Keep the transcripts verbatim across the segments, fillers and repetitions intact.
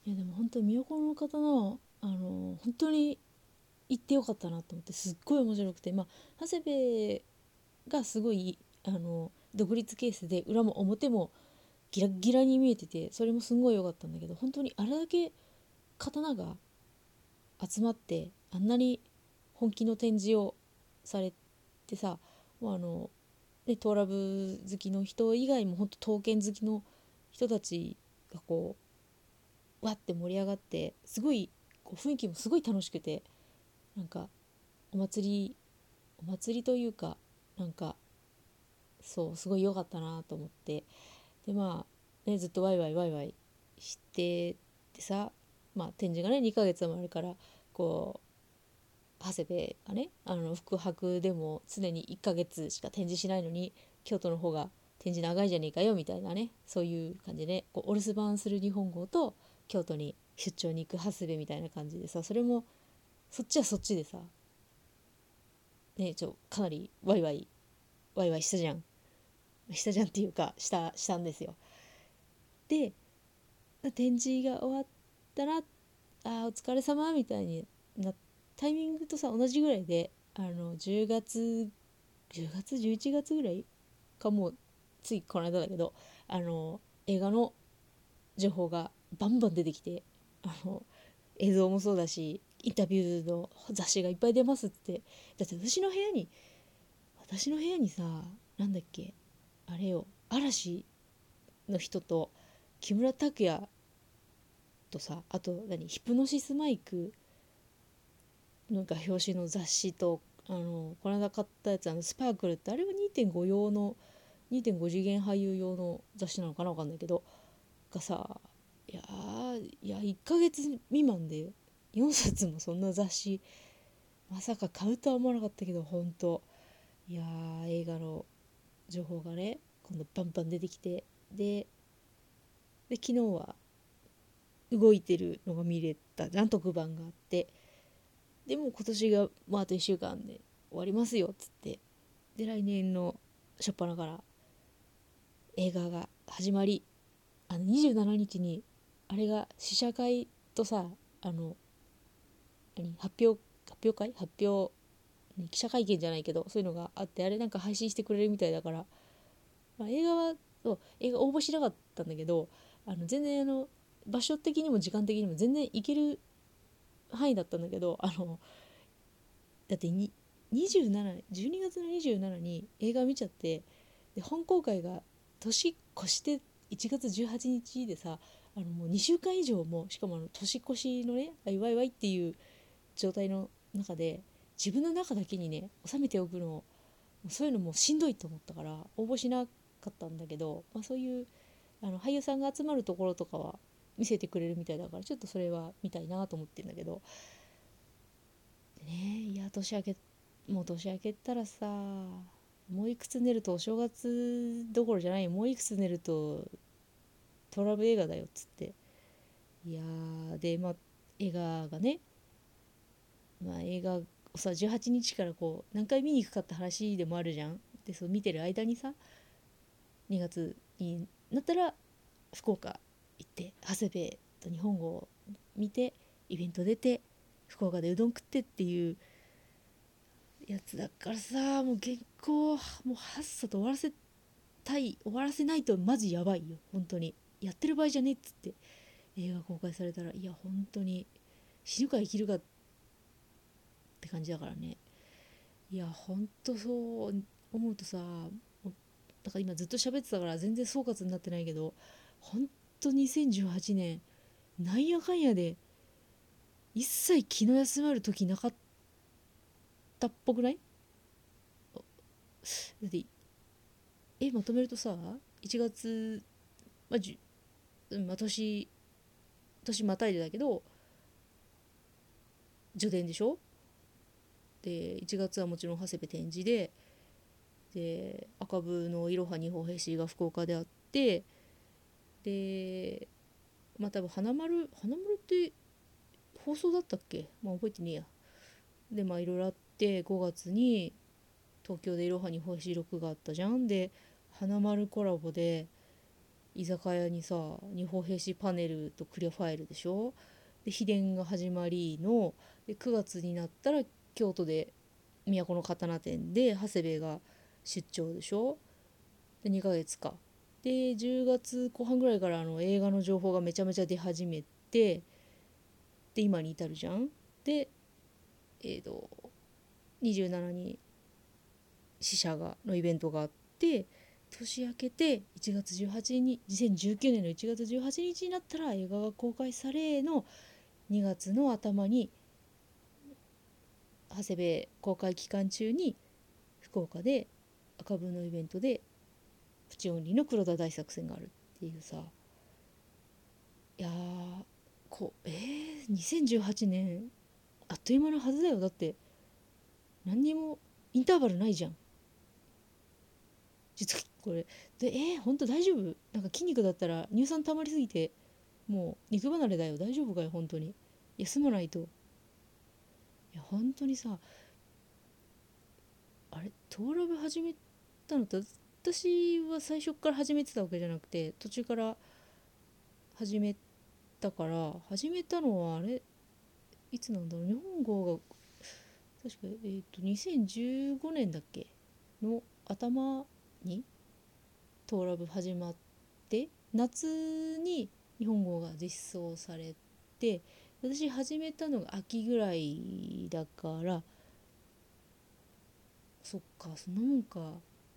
いやでも本当に都の刀はあの本当に行ってよかったなと思って、すっごい面白くて、まあ長谷部がすごいあの独立ケースで裏も表もギラッギラに見えてて、それもすんごい良かったんだけど、本当にあれだけ刀が集まってあんなに本気の展示をされてさ、もうあのでトーラブ好きの人以外も本当刀剣好きの人たちがこうわって盛り上がって、すごいこう雰囲気もすごい楽しくて、なんかお祭りお祭りというか、なんかそうすごい良かったなと思って。でまあね、ずっとワイワイワイワイしててさ、まあ展示がねにかげつもあるから、こう長谷部がね、あの宿泊でも常にいっかげつしか展示しないのに、京都の方が展示長いじゃねえかよみたいなね、そういう感じでこうお留守番する日本語と京都に出張に行く長谷部みたいな感じでさ、それもそっちはそっちでさ、ね、ちょかなりワイワイワイワイしたじゃん。したじゃんっていうかしたしたんですよ。で展示が終わったら、あーお疲れ様みたいになタイミングとさ同じぐらいで、あのじゅうがつじゅうがつじゅういちがつぐらいか、もうついこの間だけど、あの映画の情報がバンバン出てきて、あの映像もそうだしインタビューの雑誌がいっぱい出ますって。だって私の部屋に私の部屋にさ、なんだっけ、あれよ、嵐の人と木村拓哉とさ、あと何ヒプノシスマイクのが表紙の雑誌と、あのこの間買ったやつ、あのスパークルって、あれはにてんご用のにてんご次元俳優用の雑誌なのかな、わかんないけど、がさ、いやーいやいっかげつ未満でよんさつもそんな雑誌、まさか買うとは思わなかったけど、ほんといやー映画の情報がね今度バンバン出てきて、でで昨日は動いてるのが見れたじゃん、特番があって、でも今年がもうあといっしゅうかんで終わりますよっつって、で来年の初っ端から映画が始まり、あのにじゅうしちにちにあれが試写会とさ、あの何発表発表会発表記者会見じゃないけど、そういうのがあって、あれなんか配信してくれるみたいだから、まあ、映画はそう映画応募しなかったんだけど、あの全然あの場所的にも時間的にも全然行ける範囲だったんだけど、あのだってににじゅうしち じゅうにがつのにじゅうしちに映画見ちゃって、で本公開が年越していちがつじゅうはちにちでさ、あのもうにしゅうかん以上も、しかもあの年越しのねあいわいわいっていう状態の中で、自分の中だけにね収めておくの、そういうのもしんどいと思ったから応募しなかったんだけど、まあ、そういうあの俳優さんが集まるところとかは見せてくれるみたいだから、ちょっとそれは見たいなと思ってるんだけどね。いや年明けもう年明けたらさ、もういくつ寝るとお正月どころじゃないよ、もういくつ寝るとトラブ映画だよっつって。いやーでまあ映画がね、まあ映画をさじゅうはちにちからこう何回見に行くかって話でもあるじゃん。でそう見てる間にさ、にがつになったら福岡行って長谷部と日本語を見て、イベント出て福岡でうどん食ってっていうやつだからさ、もう原稿もうはっさと終わらせたい、終わらせないとマジやばいよ本当に。やってる場合じゃねえっつって、映画公開されたら、いや本当に死ぬか生きるかって感じだからね。いや本当そう思うとさ、だから今ずっと喋ってたから全然総括になってないけど、本当にせんじゅうはちねんなんやかんやで一切気の休まる時なかったっぽくない？だってえまとめるとさ、いちがつ、まあ、じゅまあ、年年またいでだけど助伝でしょ。でいちがつはもちろん長谷部展示で、で赤部のいろはにほへしが福岡であって、でまあ多分花丸花丸って放送だったっけ、まあ覚えてねえや。でまあいろいろあって、ごがつに東京でいろはにほへしろくがあったじゃん。で花丸コラボで居酒屋にさ二方兵士パネルとクリアファイルでしょ。で秘伝が始まりのでくがつになったら京都で都の刀店で長谷部が出張でしょ。でにかげつか。でじゅうがつこはんぐらいからあの映画の情報がめちゃめちゃ出始めて、で今に至るじゃん。でえーとにじゅうしちに死者がのイベントがあって、年明けていちがつじゅうはちにちにせんじゅうきゅうねんのいちがつじゅうはちにちになったら映画が公開されのにがつの頭に長谷部公開期間中に福岡で赤文のイベントでプチオンリーの黒田大作戦があるっていうさ。いやーこうえー、にせんじゅうはちねんあっという間のはずだよ。だって何にもインターバルないじゃん実はこれで。えー、ほんと大丈夫？なんか筋肉だったら乳酸溜まりすぎてもう肉離れだよ。大丈夫かよ本当に。休まないと。いや本当にさ、あれトーラブ始めたのって、私は最初から始めてたわけじゃなくて途中から始めたから、始めたのはあれいつなんだろう。日本語が確かえっ、とにせんじゅうごねんだっけの頭にトーラブ始まって、夏に日本語が実装されて、私始めたのが秋ぐらいだから、そっかそんなもんか。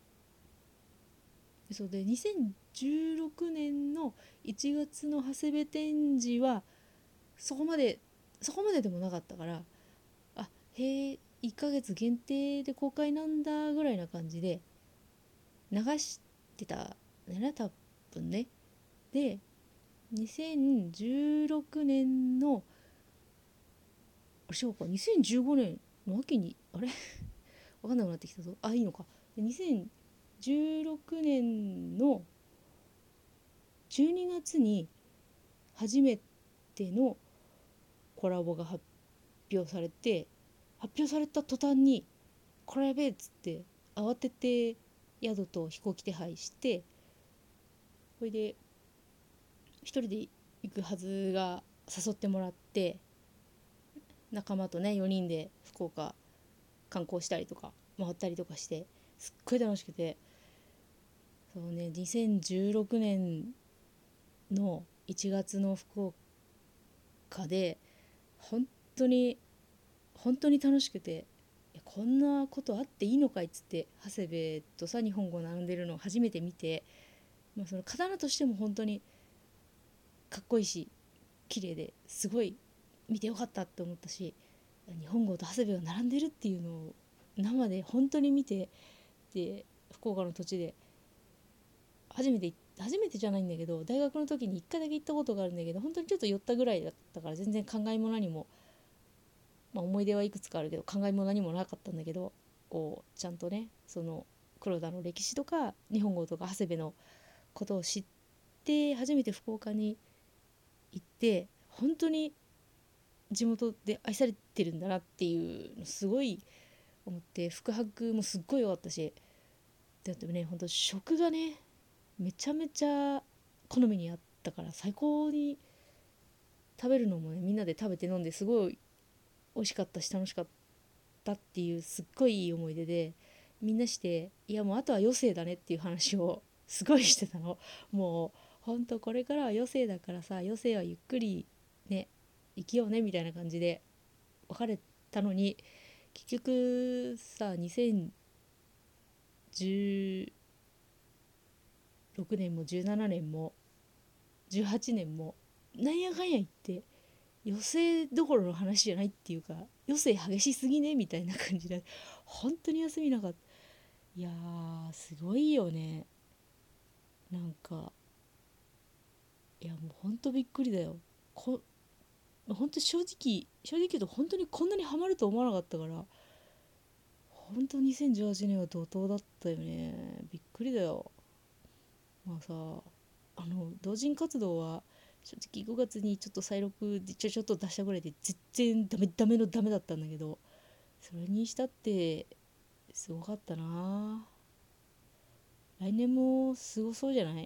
そうでにせんじゅうろくねんのいちがつの長谷部展示はそこまでそこまででもなかったから、あへえいっかげつ限定で公開なんだぐらいな感じで流してたんだよね多分ね。でにせんじゅうろくねんのあれそうかにせんじゅうごねんの秋にあれ分かんなくなってきたぞ。あいいのか。でにせんじゅうろくねんのじゅうにがつに初めてのコラボが発表されて、発表された途端にこれやべえっつって慌てて宿と飛行機手配して、それで一人で行くはずが誘ってもらって、仲間とねよにんで福岡観光したりとか回ったりとかしてすっごい楽しくて。そうねにせんじゅうろくねんのいちがつの福岡で本当に本当に楽しくて、いやこんなことあっていいのかいっつって長谷部とさ日本語を並んでるのを初めて見て、まあ、その刀としても本当にかっこいいし綺麗ですごい見てよかったって思ったし、日本語と長谷部が並んでるっていうのを生で本当に見て、で福岡の土地で初めて初めてじゃないんだけど大学の時にいっかいだけ行ったことがあるんだけど、本当にちょっと寄ったぐらいだったから全然考えも何も、まあ、思い出はいくつかあるけど考えも何もなかったんだけど、こうちゃんとねその黒田の歴史とか日本語とか長谷部のことを知って初めて福岡に行って、本当に地元で愛されてるんだなっていうのすごい思って、宿泊もすっごい良かったし、だってね本当食がねめちゃめちゃ好みにあったから最高に食べるのもねみんなで食べて飲んですごい美味しかったし楽しかったっていうすっごいいい思い出で、みんなしていやもうあとは余生だねっていう話をすごいしてたの。もうほんとこれからは余生だからさ余生はゆっくりね生きようねみたいな感じで別れたのに、結局さにせんじゅうろくねんもじゅうななねんもじゅうはちねんもなんやかんや言って余生どころの話じゃないっていうか余生激しすぎねみたいな感じで本当に休みなかった。いやーすごいよね。なんかいやもう本当びっくりだよ。こ本当正直正直言うと本当にこんなにハマると思わなかったから、本当にせんじゅうはちねんは怒涛だったよね。びっくりだよ。まあさあの同人活動は正直ごがつにちょっと再録でちょちょっと出したぐらいで全然ダメダメのダメだったんだけど、それにしたってすごかったな。来年もすごそうじゃない？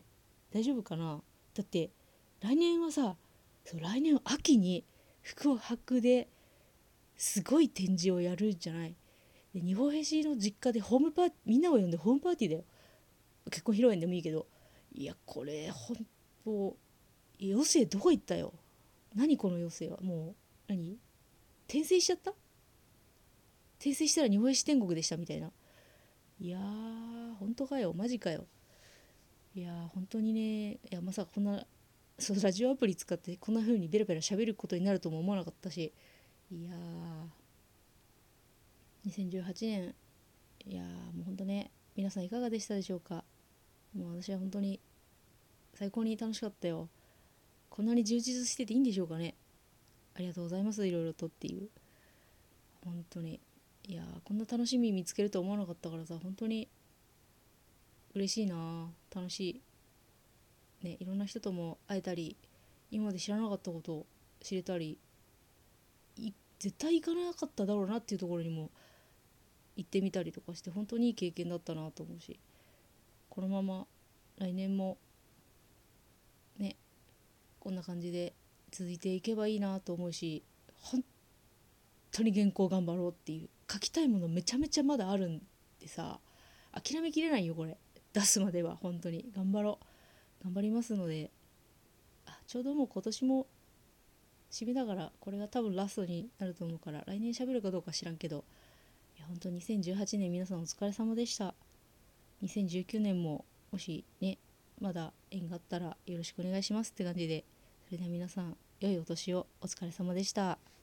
大丈夫かな。だって来年はさ、そう来年は秋に福を博ですごい展示をやるんじゃない。で二保へしの実家でホームパーティー、みんなを呼んでホームパーティーだよ。結婚披露宴でもいいけど、いやこれほんと余生どこ行ったよ。何この余生はもう何転生しちゃった。転生したら日本史天国でしたみたいな。いやー本当かよ、マジかよ。いやー本当にね、いやまさかこんな、そうラジオアプリ使ってこんな風にベラベラ喋ることになるとも思わなかったし、いやーにせんじゅうはちねん、いやーもう本当ね、皆さんいかがでしたでしょうか。もう私は本当に最高に楽しかったよ。こんなに充実してていいんでしょうかね。ありがとうございます、いろいろとっていう。本当に、いやーこんな楽しみ見つけると思わなかったからさ、本当に嬉しいな。楽しいね。いろんな人とも会えたり、今まで知らなかったことを知れたり、絶対行かなかっただろうなっていうところにも行ってみたりとかして、本当にいい経験だったなと思うし、このまま来年もねこんな感じで続いていけばいいなと思うし、本当に原稿頑張ろうっていう、書きたいものめちゃめちゃまだあるんでさ、諦めきれないよこれ、出すまでは。本当に頑張ろう、頑張りますので、あちょうどもう今年も締めだから、これが多分ラストになると思うから、来年喋るかどうか知らんけど、いや本当にせんじゅうはちねん皆さんお疲れ様でした。にせんじゅうきゅうねんももしねまだ縁があったらよろしくお願いしますって感じで、それでは皆さん良いお年を。お疲れ様でした。